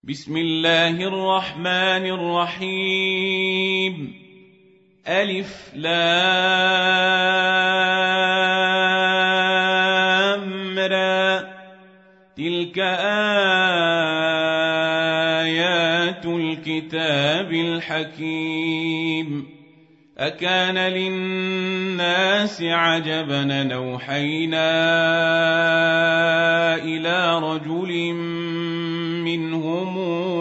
بسم الله الرحمن الرحيم ألف لام را تلك آيات الكتاب الحكيم أكان للناس عجبا أن أوحينا إلى رجل منهم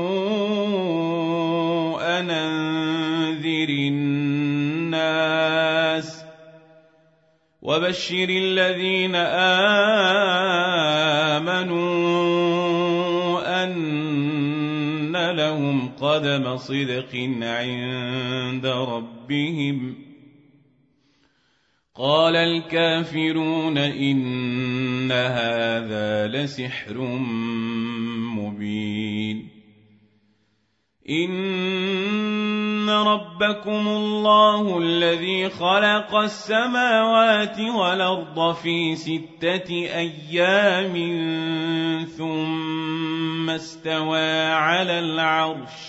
أن أنذر الناس وبشر الذين آمنوا أن لهم قدم صدق عند ربهم قال الكافرون إن هذا لسحر مبين إن ربكم الله الذي خلق السماوات والأرض في 6 أيام ثم استوى على العرش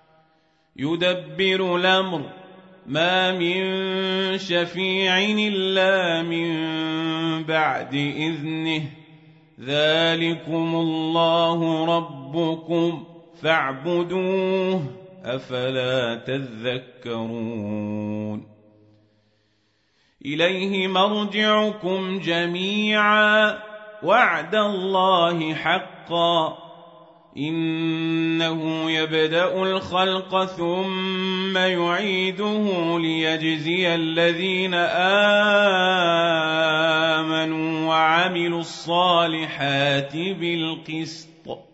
يدبر الأمر ما من شفيع إلا من بعد إذنه ذلكم الله ربكم فاعبدوه أفلا تذكرون إليه مرجعكم جميعا وعد الله حقا إنه يبدأ الخلق ثم يعيده ليجزي الذين آمنوا وعملوا الصالحات بالقسط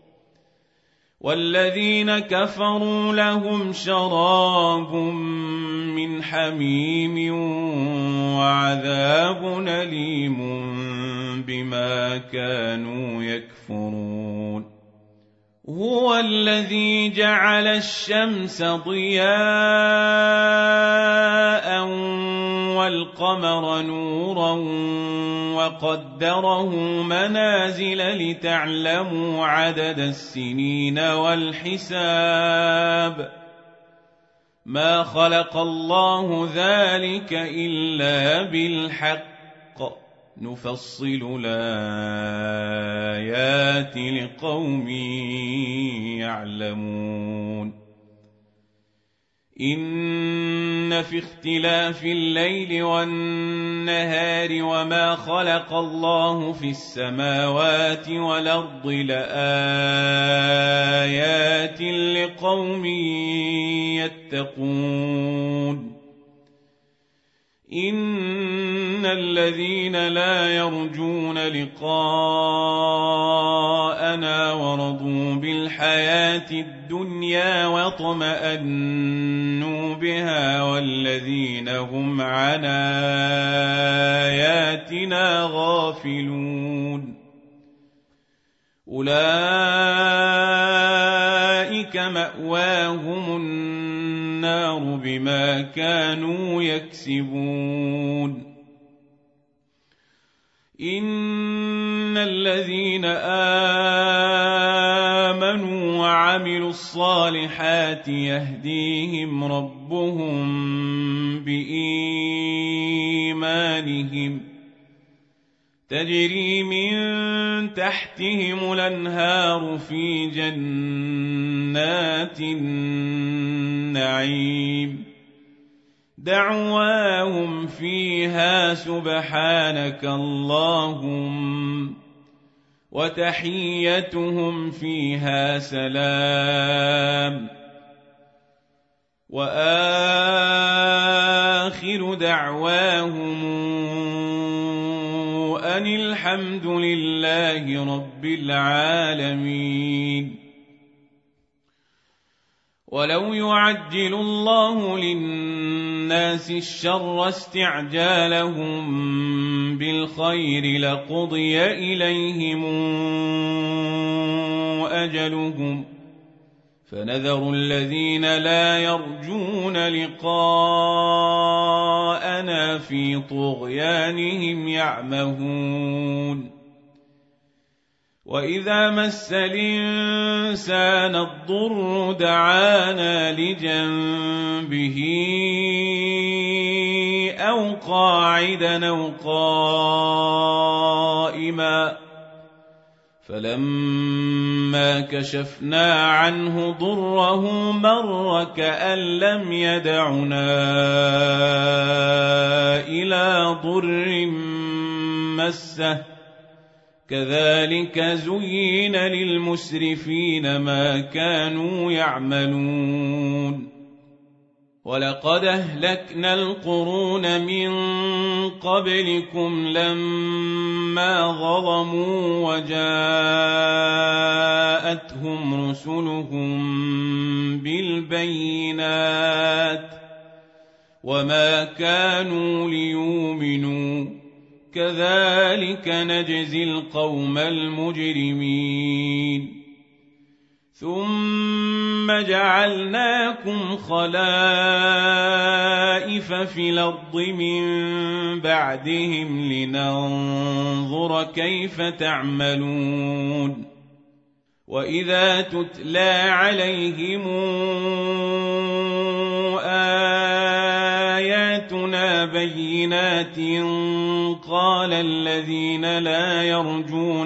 والذين كفروا لهم شراب من حميم وعذاب أليم بما كانوا يكفرون هو الذي جعل الشمس ضياء والقمر نورا وقدره منازل لتعلموا عدد السنين والحساب ما خلق الله ذلك إلا بالحق نفصل الآيات لقوم يعلمون إن في اختلاف الليل والنهار وما خلق الله في السماوات والأرض لآيات لقوم يتقون إن الذين لا يرجون لقاءنا ورضوا بالحياة الدنيا واطمأنوا بها والذين هم عن آياتنا غافلون أولئك مأواهم النار بما كانوا يكسبون إن الذين آمنوا وعملوا الصالحات يهديهم ربهم بإيمانهم تجري من تحتهم الأنهار في جنات النعيم دعواهم فيها سبحانك اللهم وتحيتهم فيها سلام وآخر دعواهم أن الحمد لله رب العالمين ولو يعجل الله للناس الشر استعجالهم بالخير لقضي إليهم أجلهم فنذر الذين لا يرجون لقاءنا في طغيانهم يعمهون وإذا مس الإنسان الضر دعانا لجنبه أو قاعدا أو قائما فلما كشفنا عنه ضره مر كأن لم يدعنا إلى ضر مسه كذلك زين للمسرفين ما كانوا يعملون ولقد أهلكنا القرون من قبلكم لما ظلموا وجاءتهم رسلهم بالبينات وما كانوا ليؤمنوا كذلك نجزي القوم المجرمين ثم جعلناكم خلائف في الأرض من بعدهم لننظر كيف تعملون وإذا تتلى عليهم آياتنا بينات قال الذين لا يرجون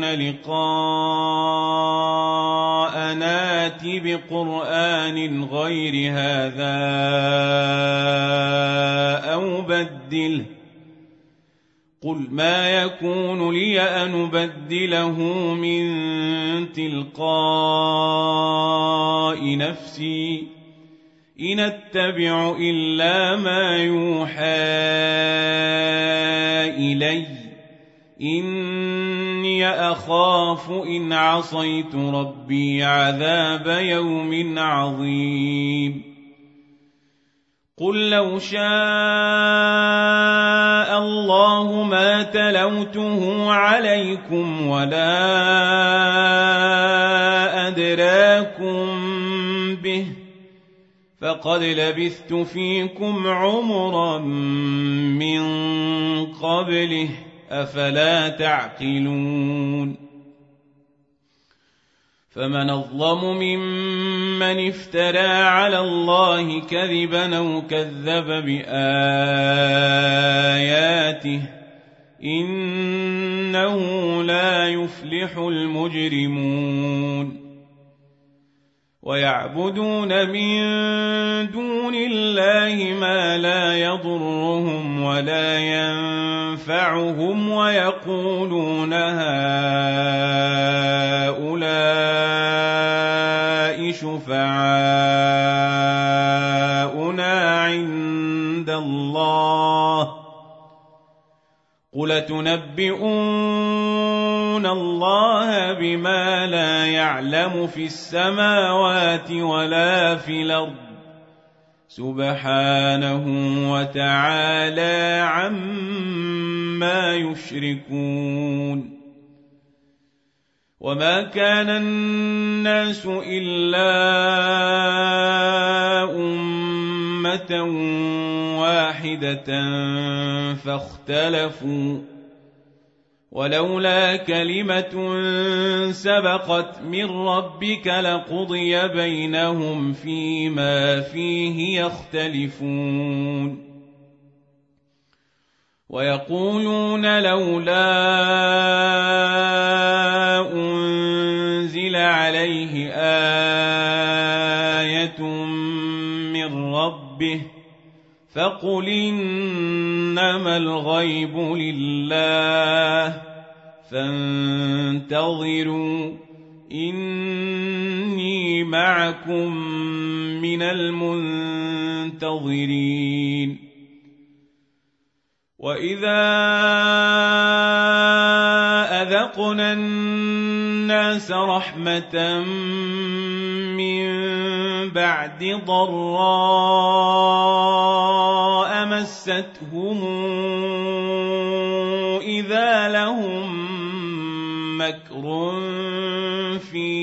لقاءنا ائت بقرآن غير هذا أو بدله قل ما يكون لي أن أبدله من تلقاء نفسي إن أتبع إلا ما يوحى إلي إني أخاف إن عصيت ربي عذاب يوم عظيم قل لو شاء الله ما تلوته عليكم ولا أدراكم به فقد لبثت فيكم عمرا من قبله أفلا تعقلون فمن أظلم ممن افترى على الله كذبا أو كذب بآياته إنه لا يفلح المجرمون ويعبدون من دون الله ما لا يضرهم ولا ينفعهم ويقولون هؤلاء شفعاؤنا عند الله قل تنبئون الله بما لا يعلم في السماوات ولا في الأرض سبحانه وتعالى عما يشركون وما كان الناس إلا أمة واحدة فاختلفوا ولولا كلمة سبقت من ربك لقضي بينهم فيما فيه يختلفون ويقولون لولا أنزل عليه آية من ربه فقل إنما الغيب لله فانتظروا إني معكم من المنتظرين وإذا أذقنا الناس رحمة من بعد ضراء مستهم إذا لهم مكر في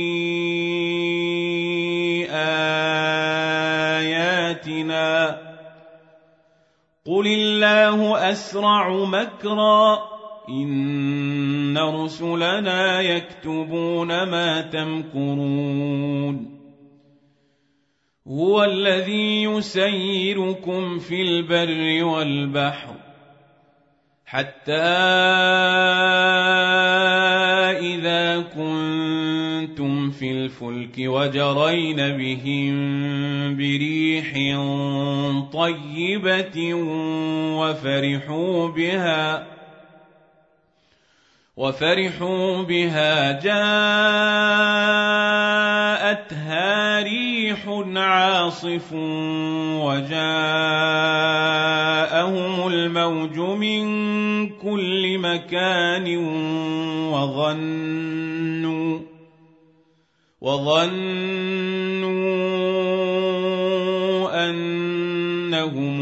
آياتنا قل الله أسرع مكرا إن رسلنا يكتبون ما تمكرون هو الذي يسيركم في البر والبحر حتى إذا كنتم في الفلك وجرين بهم بريح طيبة وفرحوا بها جاءتها ريح عاصف وجاءهم الموج من كل مكان وظنوا أنهم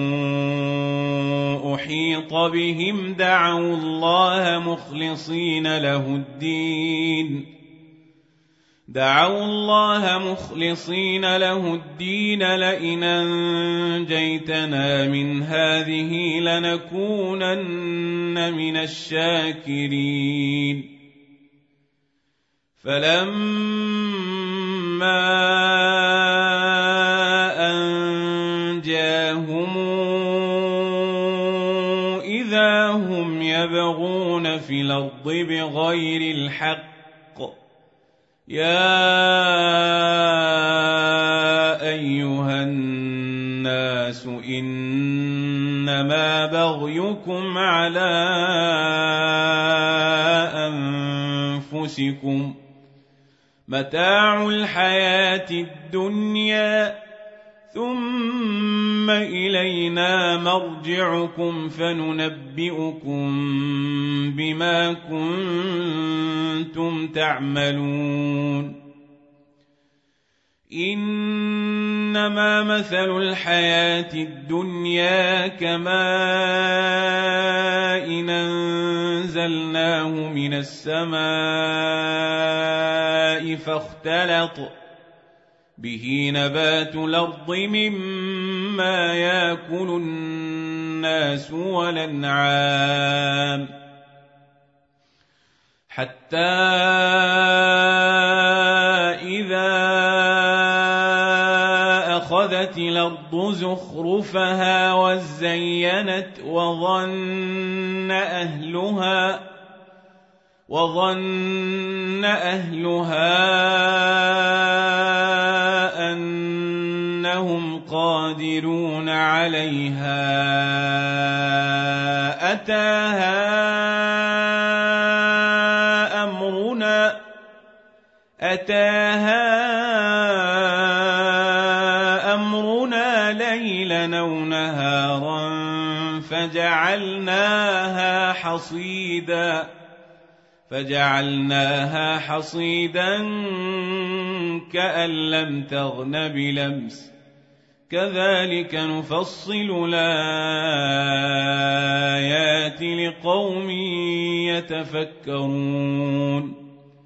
أحيط بهم دعوا الله مخلصين له الدين لئن أنجيتنا من هذه لنكونن من الشاكرين فلما أنجاهم إذا هم يبغون في الأرض بغير الحق يا أيها الناس إنما بغيكم على أنفسكم متاع الحياة الدنيا ثم إلينا مرجعكم فننبئكم بما كنتم تعملون إنما مثل الحياة الدنيا كماء أنزلناه من السماء فاختلط به نبات الأرض مما يأكل الناس والأنعام حتى إذا أخذت الأرض زخرفها وزينت وظن أهلها أنهم قادرون عليها أتاها أمرنا ليلا أو نهارا فجعلناها حصيدا كأن لم تغن بلمس كذلك نفصل الآيات لقوم يتفكرون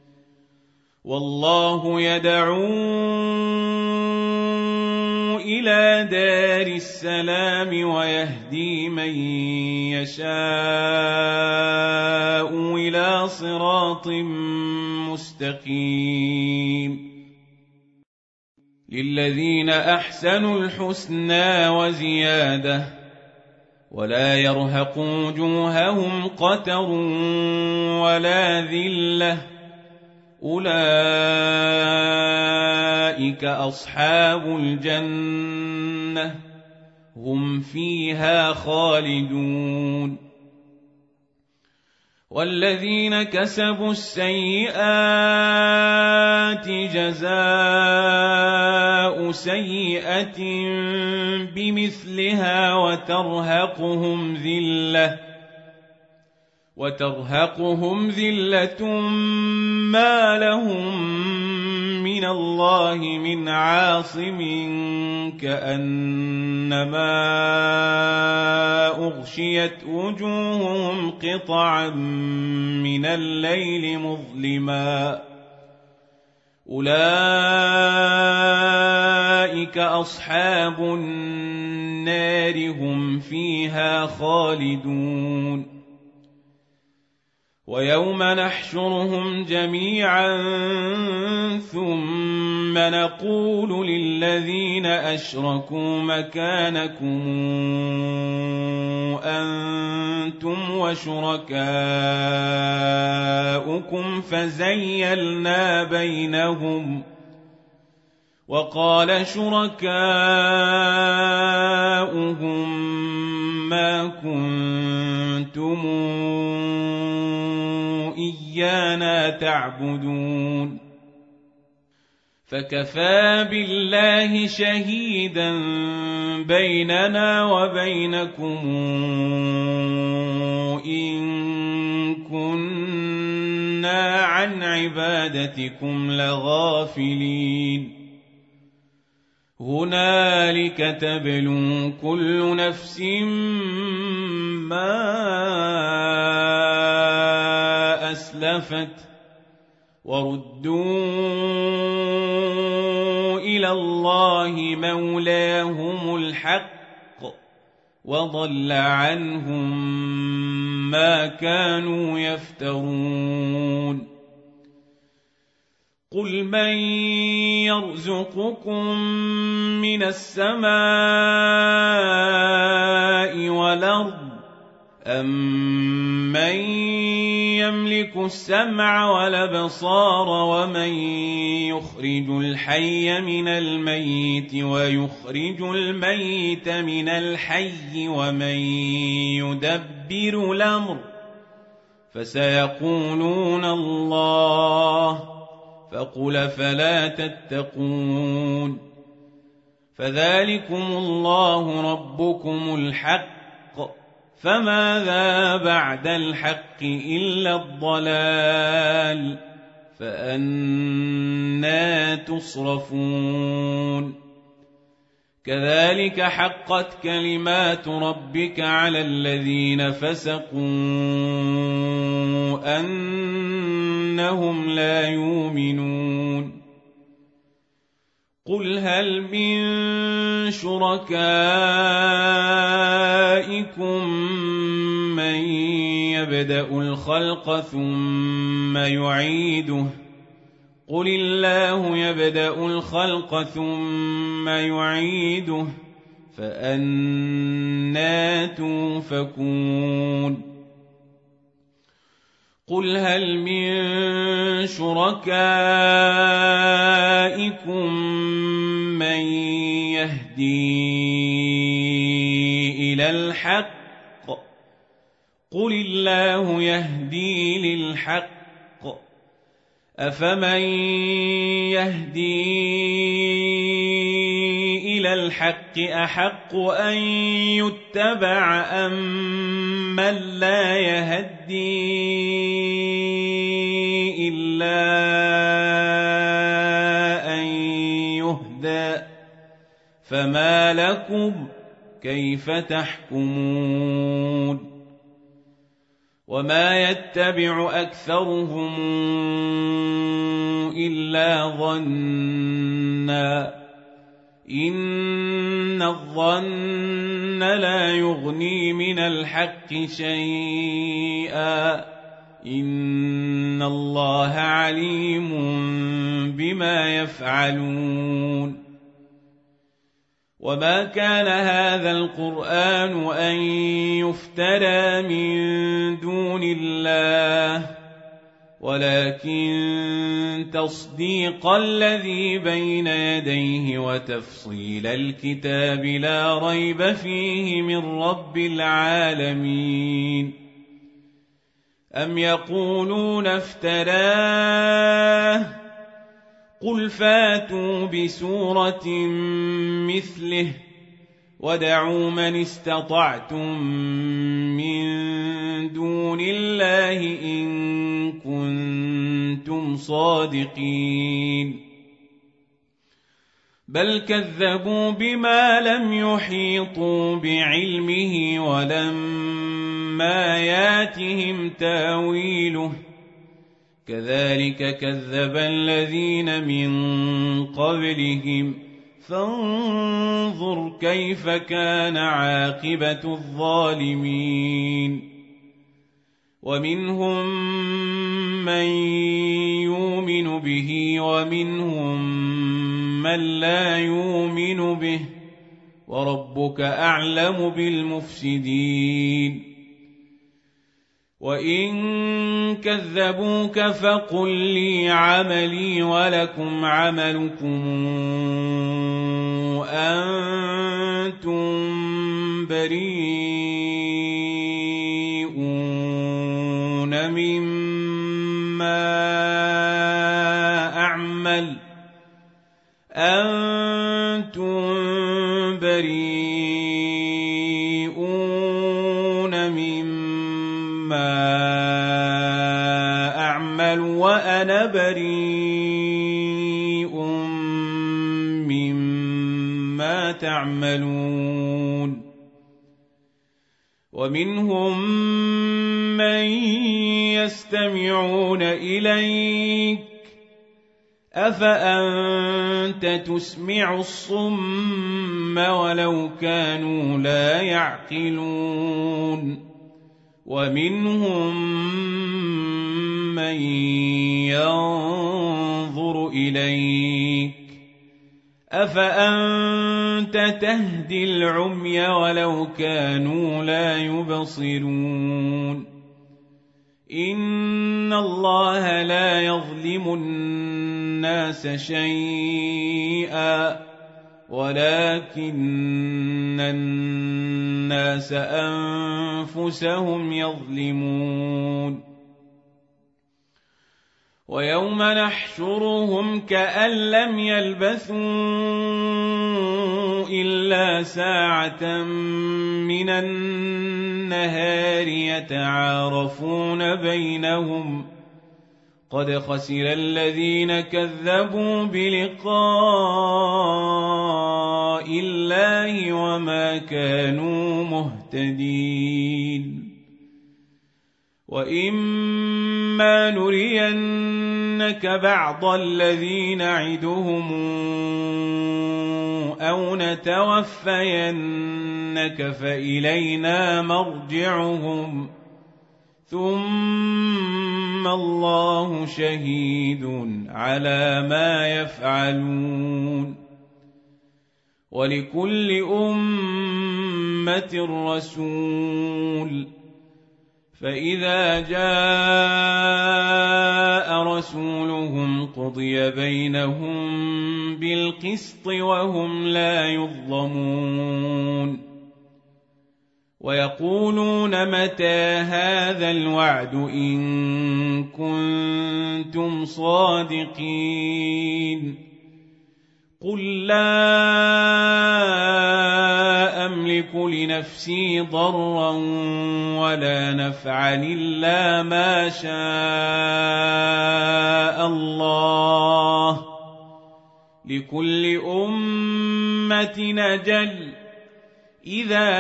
والله يدعو إلى دار السلام ويهدي من يشاء إلى صراط مستقيم للذين أحسنوا الحسنى وزيادة ولا يرهق وجوههم قتر ولا ذلة أولئك أصحاب الجنة هم فيها خالدون والذين كسبوا السيئات جزاء سيئة بمثلها وترهقهم ذلة ما لهم من الله من عاصم كأنما أغشيت وجوههم قطعا من الليل مظلما أولئك أصحاب النار هم فيها خالدون ويوم نحشرهم جميعا ثم نقول للذين أشركوا مكانكم أنتم وشركاؤكم فزيلنا بينهم وقال شركاؤهم ما كنتم إيانا تعبدون فكفى بالله شهيدا بيننا وبينكم إن كنا عن عبادتكم لغافلين هنالك تبلو كل نفس ما أسلفت وردوا إلى الله مولاهم الحق وضل عنهم ما كانوا يفترون قل من يرزقكم من السماء والأرض أَمَّن يملك السمع والأبصار ومن يخرج الحي من الميت ويخرج الميت من الحي ومن يدبر الأمر فسيقولون الله فقل فلا تتقون فذلكم الله ربكم الحق فماذا بعد الحق إلا الضلال فأنى تصرفون كذلك حقت كلمات ربك على الذين فسقوا أنهم لا يؤمنون قل هل من شركائكم من يبدأ الخلق ثم يعيده قل الله يبدأ الخلق ثم يعيده فأنى توفكون قل هل من شركائكم من يهدي إلى الحق قل الله يهدي للحق أفمن يهدي إلى الحق أحق أن يتبع أم من لا يهدي إلا أن يهدى فما لكم كيف تحكمون وما يتبع أكثرهم إلا ظنا إن الظن لا يغني من الحق شيئا إن الله عليم بما يفعلون وما كان هذا القرآن أن يفترى من دون الله ولكن تصديق الذي بين يديه وتفصيل الكتاب لا ريب فيه من رب العالمين أم يقولون افتراه قل فاتوا بسورة مثله ودعوا من استطعتم من دون الله إن كنتم صادقين بل كذبوا بما لم يحيطوا بعلمه ولما ياتهم تاويله كذلك كذب الذين من قبلهم فانظر كيف كان عاقبة الظالمين ومنهم من يؤمن به ومنهم من لا يؤمن به وربك أعلم بالمفسدين وإن كذبوك فقل لي عملي ولكم عملكم أنتم بريئون مما أعمل وأنا بريء مما تعملون ومنهم من يستمعون إليك أفأنت تسمع الصم ولو كانوا لا يعقلون ومنهم من ينظر إليك أفأنت تهدي العمي ولو كانوا لا يبصرون إن الله لا يظلم الناس شيئا ولكن الناس أنفسهم يظلمون ويوم نحشرهم كأن لم يلبثوا إلا ساعة من النهار يتعارفون بينهم قد خسر الذين كذبوا بلقاء الله وما كانوا مهتدين وإما نرينك بعض الذي نعدهم أو نتوفينك فإلينا مرجعهم ثم الله شهيد على ما يفعلون ولكل أمة رسول فإذا جاء رسولهم قضي بينهم بالقسط وهم لا يظلمون ويقولون متى هذا الوعد إن كنتم صادقين قل لا أملك لنفسي ضرا ولا نفعا إلا ما شاء الله لكل أمة أجل إذا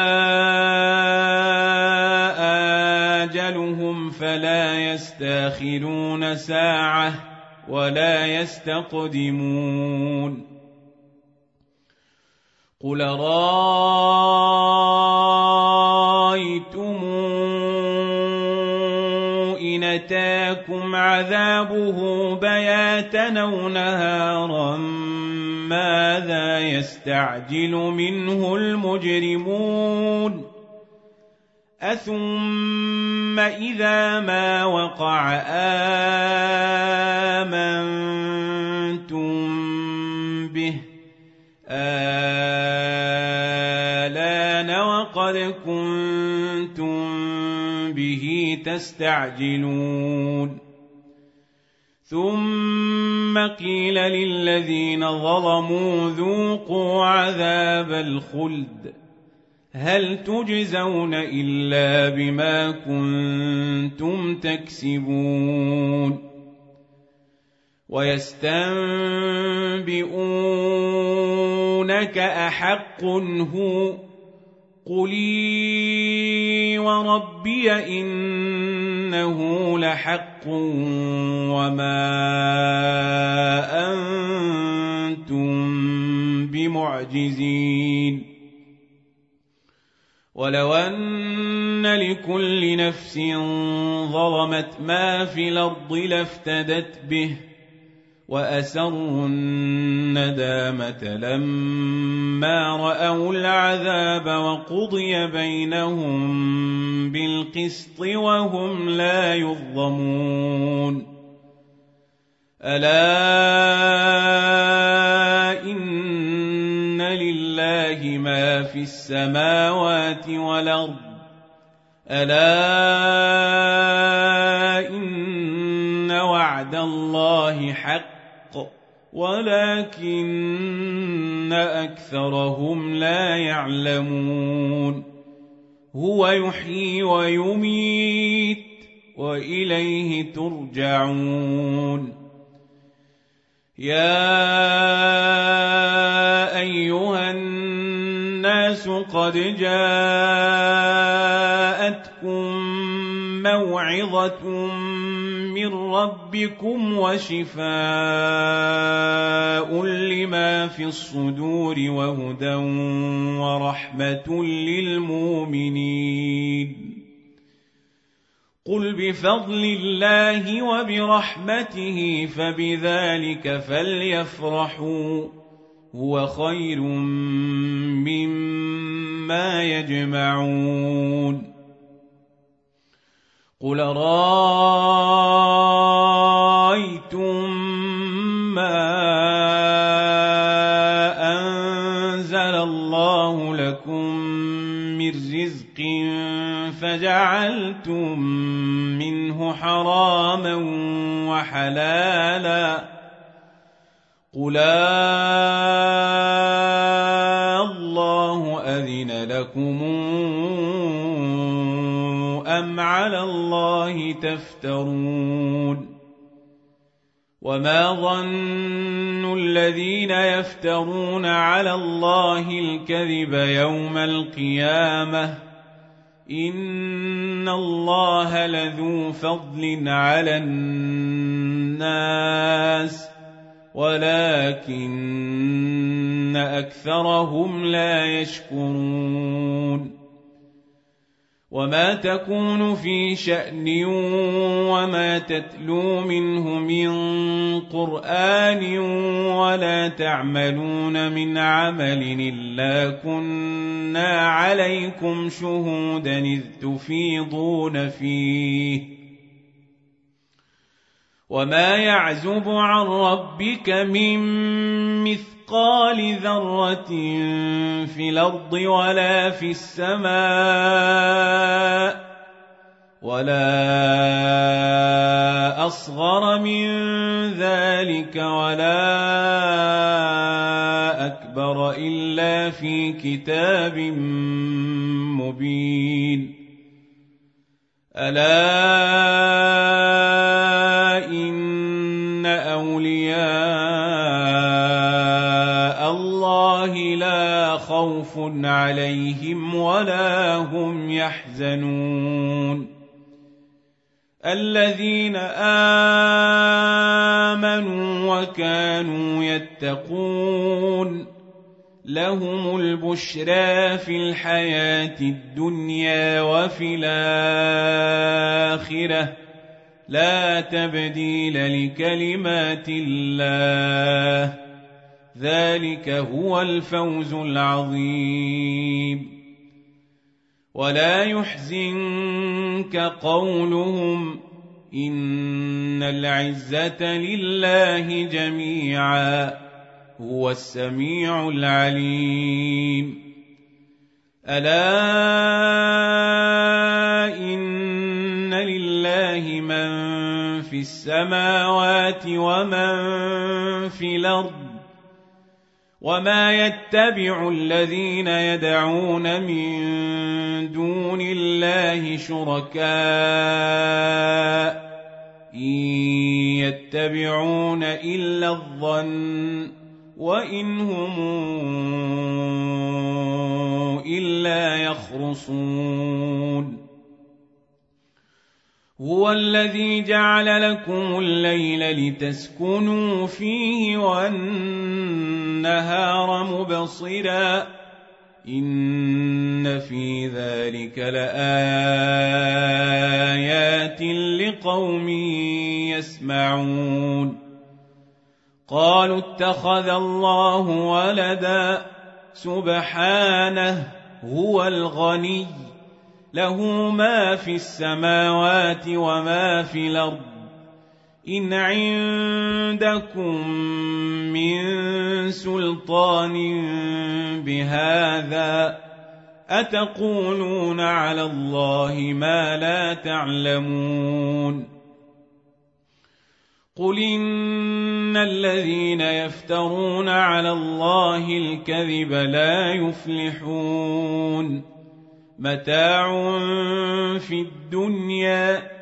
جاء أجلهم فلا يستأخرون ساعة ولا يستقدمون قل رأيتم إن أتاكم عذابه بياتا أو نهارا ماذا يستعجل منه المجرمون أثم إذا ما وقع آمنتم به آلان وقد كنتم به تستعجلون ثم قيل للذين ظلموا ذوقوا عذاب الخلد هل تجزون إلا بما كنتم تكسبون ويستنبئونك أحق هو قل إي وربي إنه لحق وما أنتم بمعجزين ولو أن لكل نفس ظلمت ما في الأرض لافتدت به وأسروا الندامة لما رأوا العذاب وقضي بينهم بالقسط وهم لا يظلمون ألا إن لله ما في السماوات والأرض ألا إن وعد الله حق ولكن أكثرهم لا يعلمون هو يحيي ويميت وإليه ترجعون يا أيها الناس قد جاءتكم موعظة من ربكم وشفاء لما في الصدور وهدى ورحمة للمؤمنين قل بفضل الله وبرحمته فبذلك فليفرحوا هو خير مما يجمعون قل رأيتم ما أنزل الله لكم من رزق فجعلتم منه حراما وحلالا قل الله أذن لكم أم على الله تفترون وما ظن الذين يفترون على الله الكذب يوم القيامة إن الله لذو فضل على الناس ولكن أكثرهم لا يشكرون وما تكون في شأن وما تتلو منه من قرآن ولا تعملون من عمل إلا كنا عليكم شهودا إذ تفيضون فيه وما يعزب عن ربك من مثقال ذرة في الأرض ولا في السماء ولا أصغر من ذلك ولا أكبر إلا في كتاب مبين ألا إن أولياء الله لا خوف عليهم ولا هم يحزنون الذين آمنوا وكانوا يتقون لهم البشرى في الحياة الدنيا وفي الآخرة لا تبديل لكلمات الله ذلك هو الفوز العظيم ولا يحزنك قولهم إن العزة لله جميعا هو السميع العليم ألا إن لله من في السماوات ومن في الأرض وما يتبع الذين يدعون من دون الله شركاء إن يتبعون إلا الظن وإن هم إلا يخرصون هو الذي جعل لكم الليل لتسكنوا فيه والنهار مبصرا إن في ذلك لآيات لقوم يسمعون قالوا اتخذ الله ولدا سبحانه هو الغني له ما في السماوات وما في الأرض إن عندكم من سلطان بهذا أتقولون على الله ما لا تعلمون قل إن الذين يفترون على الله الكذب لا يفلحون متاع في الدنيا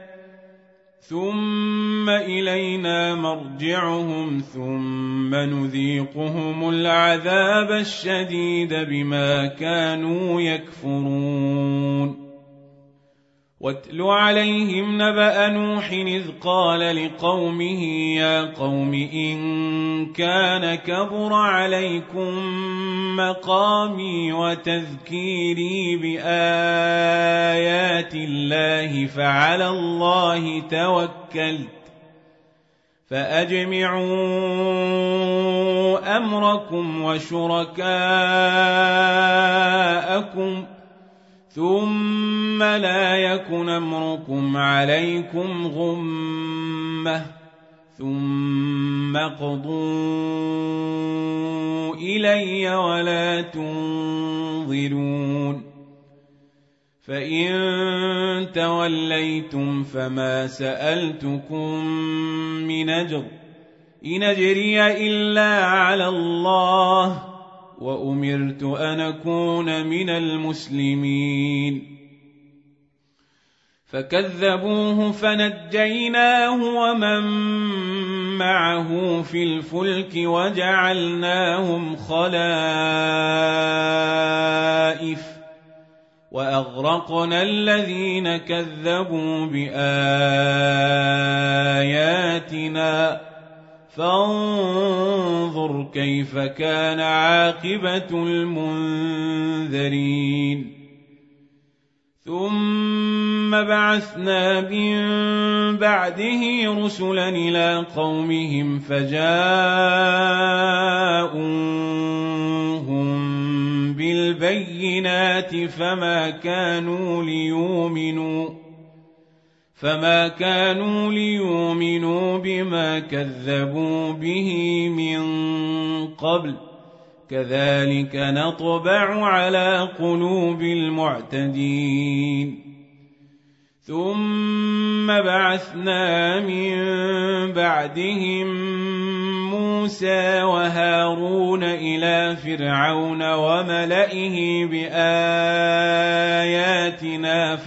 ثم إلينا مرجعهم ثم نذيقهم العذاب الشديد بما كانوا يكفرون واتل عليهم نبأ نوح إذ قال لقومه يا قوم إن كان كبر عليكم مقامي وتذكيري بآيات الله فعلى الله توكلت فأجمعوا أمركم وشركاءكم ثم لا يكن أمركم عليكم غمة ثم اقضوا إلي ولا تنظرون فإن توليتم فما سألتكم من أجر إن أجري إلا على الله وأمرت أن أكون من المسلمين فكذبوه فنجيناه ومن معه في الفلك وجعلناهم خلائف وأغرقنا الذين كذبوا بآياتنا فانظر كيف كان عاقبة المنذرين ثم بعثنا من بعده رسلا إلى قومهم فجاءوهم بالبينات فما كانوا ليؤمنوا بما كذبوا به من قبل كذلك نطبع على قلوب المعتدين ثم بعثنا من بعدهم موسى وهارون إلى فرعون وملئه بآياتنا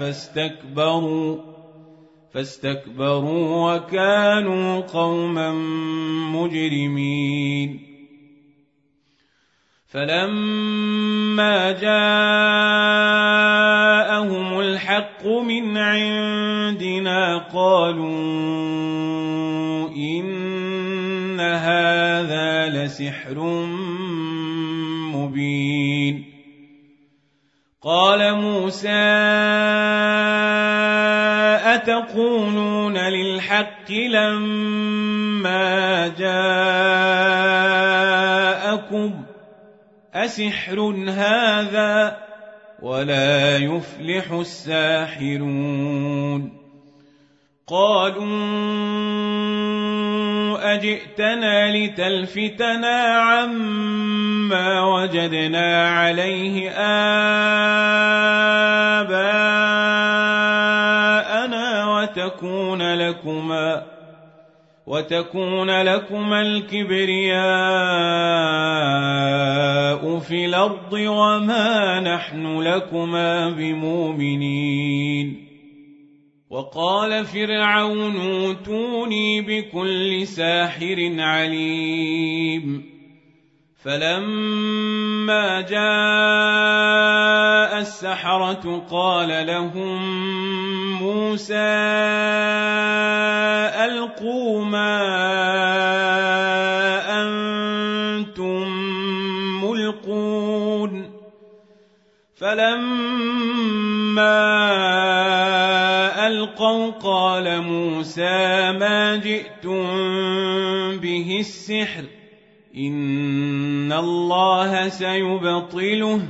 فاستكبروا وكانوا قوما مجرمين فلما جاءهم الحق من عندنا قالوا إن هذا لسحر مبين قال موسى أتقولون للحق لما جاءكم أسحر هذا ولا يفلح الساحرون قالوا أجئتنا لتلفتنا عما وجدنا عليه آباءنا وتكون لكما الكبرياء في الأرض وما نحن لكما بمؤمنين وقال فرعون ائتوني بكل ساحر عليم فلما جاء السحرة قال لهم موسى ألقوا ما أنتم ملقون فلما ألقوا قال موسى ما جئتم به السحر إن الله سيبطله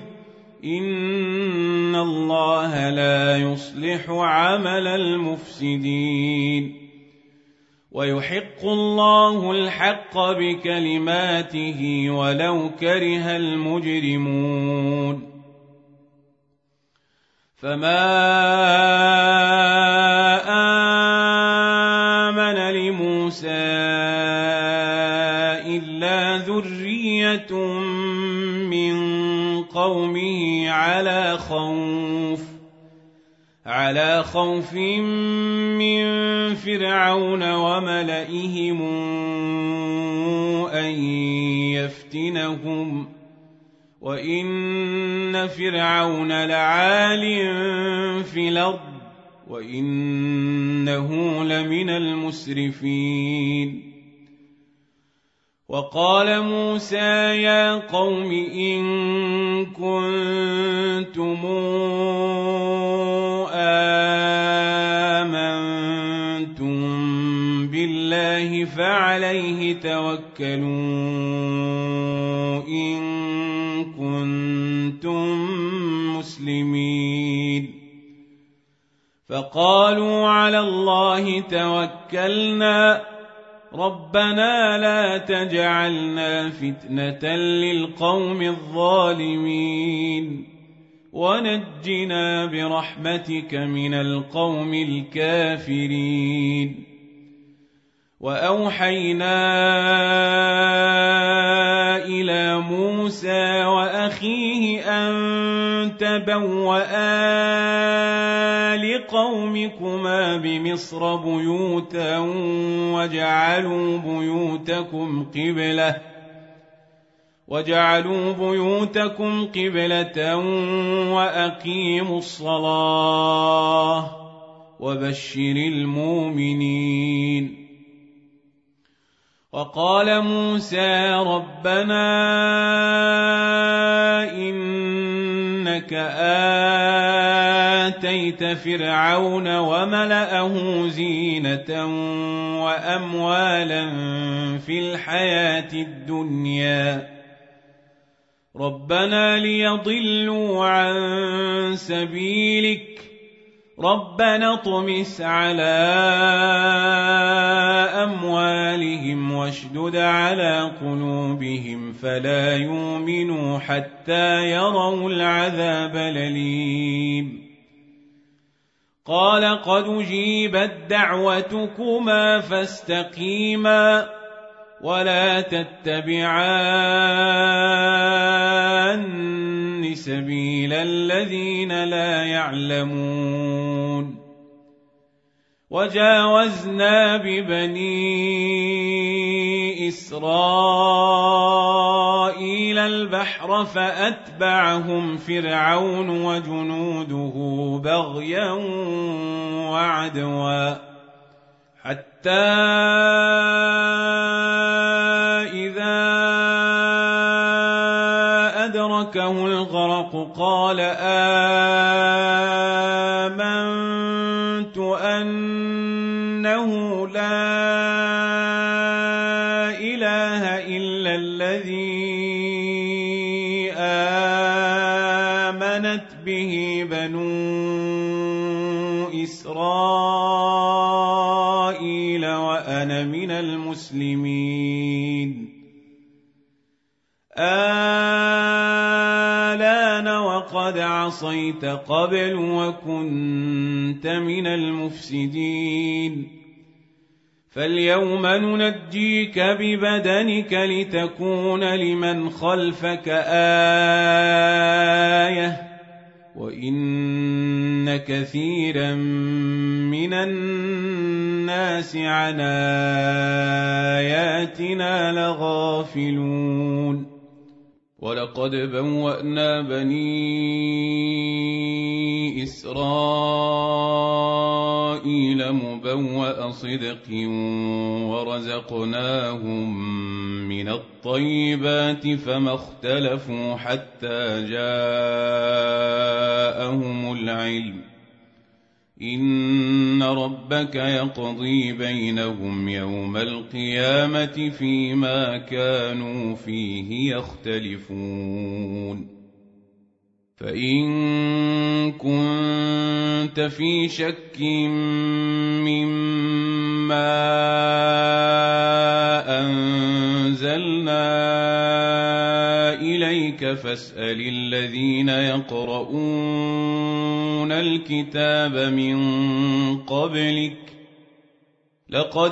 إن الله لا يصلح عمل المفسدين ويحق الله الحق بكلماته ولو كره المجرمون فما آمن لموسى إلا ذرية من قومه على خوف من فرعون وملئهم أن يفتنهم وإن فرعون لعال في الأرض وإنه لمن المسرفين وقال موسى يا قوم إن كنتم آمنتم بالله فعليه توكلوا إن كنتم مسلمين فقالوا على الله توكلنا ربنا لا تجعلنا فتنة للقوم الظالمين ونجنا برحمتك من القوم الكافرين وأوحينا إلى موسى وأخيه أن تبوأ لقومكما بمصر بيوتا وجعلوا بيوتكم قبلة وأقيموا الصلاة وبشر المؤمنين وقال موسى ربنا إنك آتيت فرعون وملأه زينة وأموالا في الحياة الدنيا ربنا ليضلوا عن سبيلك ربنا اطمس على أموالهم واشدد على قلوبهم فلا يؤمنوا حتى يروا العذاب الأليم قال قد أجيبت دعوتكما فاستقيما ولا تتبعان سبيل الذين لا يعلمون وجاوزنا ببني إسرائيل البحر فأتبعهم فرعون وجنوده بغيا وعدوا حتى إذا أدركه الغرق قال آمنت أنه لا إله إلا الذي آمنت به بنو إسرائيل وأنا من المسلمين آلان وقد عصيت قبل وكنت من المفسدين فاليوم ننجيك ببدنك لتكون لمن خلفك آية وإن كثيرا من الناس عن آياتنا لغافلون ولقد بوأنا بني إسرائيل مبوأ مبوأ صدق ورزقناهم من الطيبات فما اختلفوا حتى جاءهم العلم إن ربك يقضي بينهم يوم القيامة فيما كانوا فيه يختلفون فإن كنت في شك مما أنزلنا إليك فاسأل الذين يقرؤون الكتاب من قبلك لقد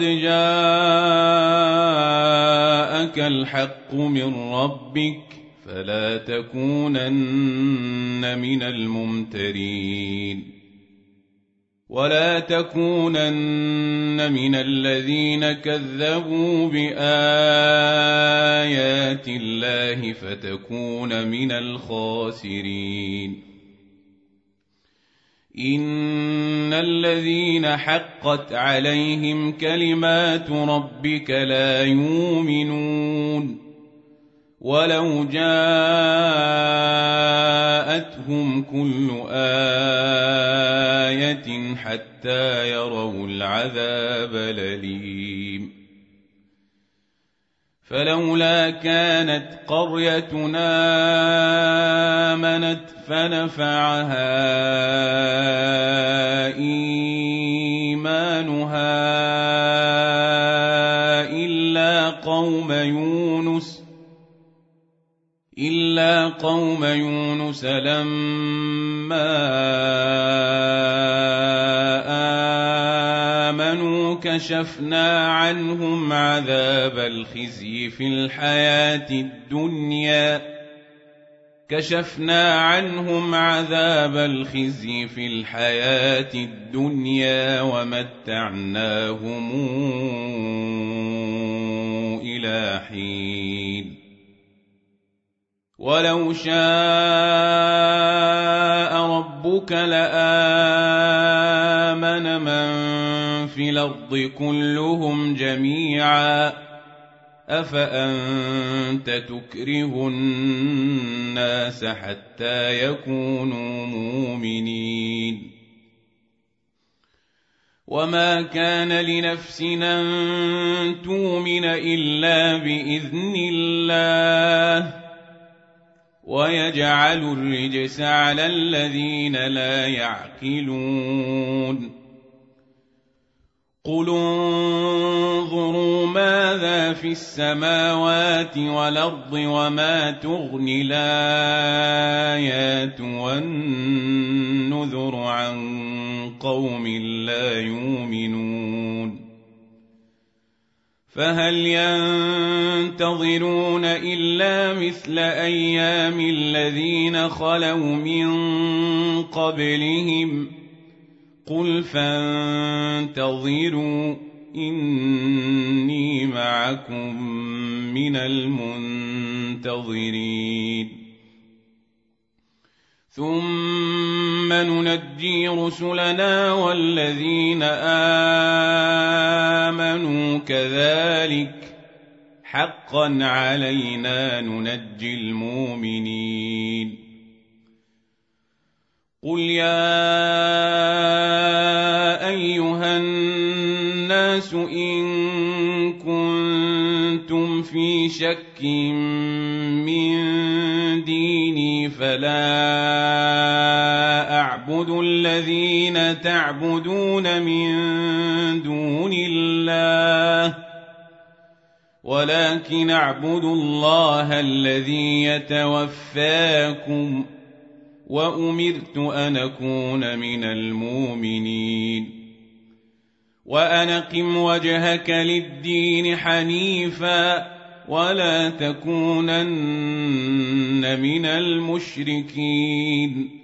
جاءك الحق من ربك فلا تكونن من الممترين ولا تكونن من الذين كذبوا بآيات الله فتكون من الخاسرين إن الذين حقت عليهم كلمات ربك لا يؤمنون ولو جاءتهم كل آية حتى يروا العذاب الأليم فلولا كانت قريتنا آمنت فنفعها إيمانها إلا قوم يونس لما آمنوا كشفنا عنهم عذاب الخزي في الحياة الدنيا ومتعناهم إلى حين ولو شاء ربك لآمن من في الأرض كلهم جميعا أفأنت تكره الناس حتى يكونوا مؤمنين وما كان لنفس أن تؤمن إلا بإذن الله ويجعل الرجس على الذين لا يعقلون قل انظروا ماذا في السماوات والأرض وما تغني الآيات والنذر عن قوم لا يؤمنون فهل ينتظرون إلا مثل أيام الذين خلوا من قبلهم قل فانتظروا إني معكم من المنتظرين ثم ننجي رسلنا والذين آمنوا كذلك حقا علينا ننجي المؤمنين قل يا أيها الناس إن كنتم في شك من ديني فلا أعبد الذين تعبدون من دون الله ولكن أعبد الله الذي يتوفاكم وأمرت أن أكون من المؤمنين وأن أقم وجهك للدين حنيفا ولا تكونن من المشركين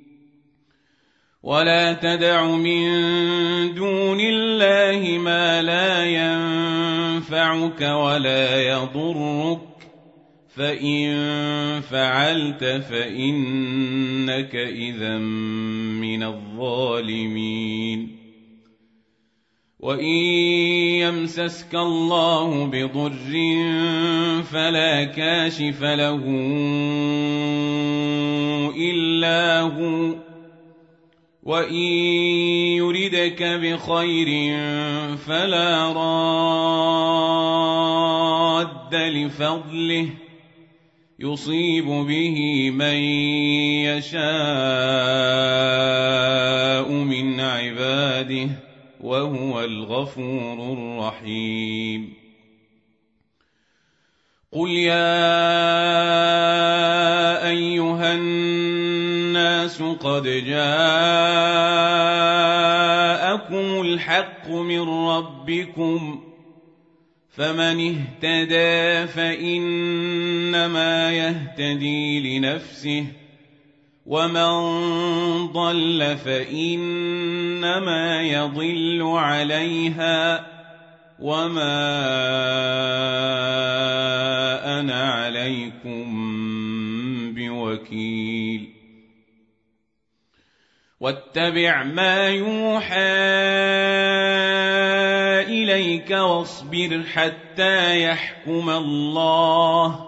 ولا تدع من دون الله ما لا ينفعك ولا يضرك فإن فعلت فإنك إذا من الظالمين وإن يمسسك الله بضر فلا كاشف له إلا هو، وإن يردك بخير فلا راد لفضله يصيب به من يشاء من عباده وهو الغفور الرحيم. قل يا أيها الناس قد جاءكم الحق من ربكم، فمن اهتدى فإنما يهتدي لنفسه، ومن ضل فإنما يضل عليها، وما أنا عليكم بوكيل. واتبع ما يوحى إليك واصبر حتى يحكم الله،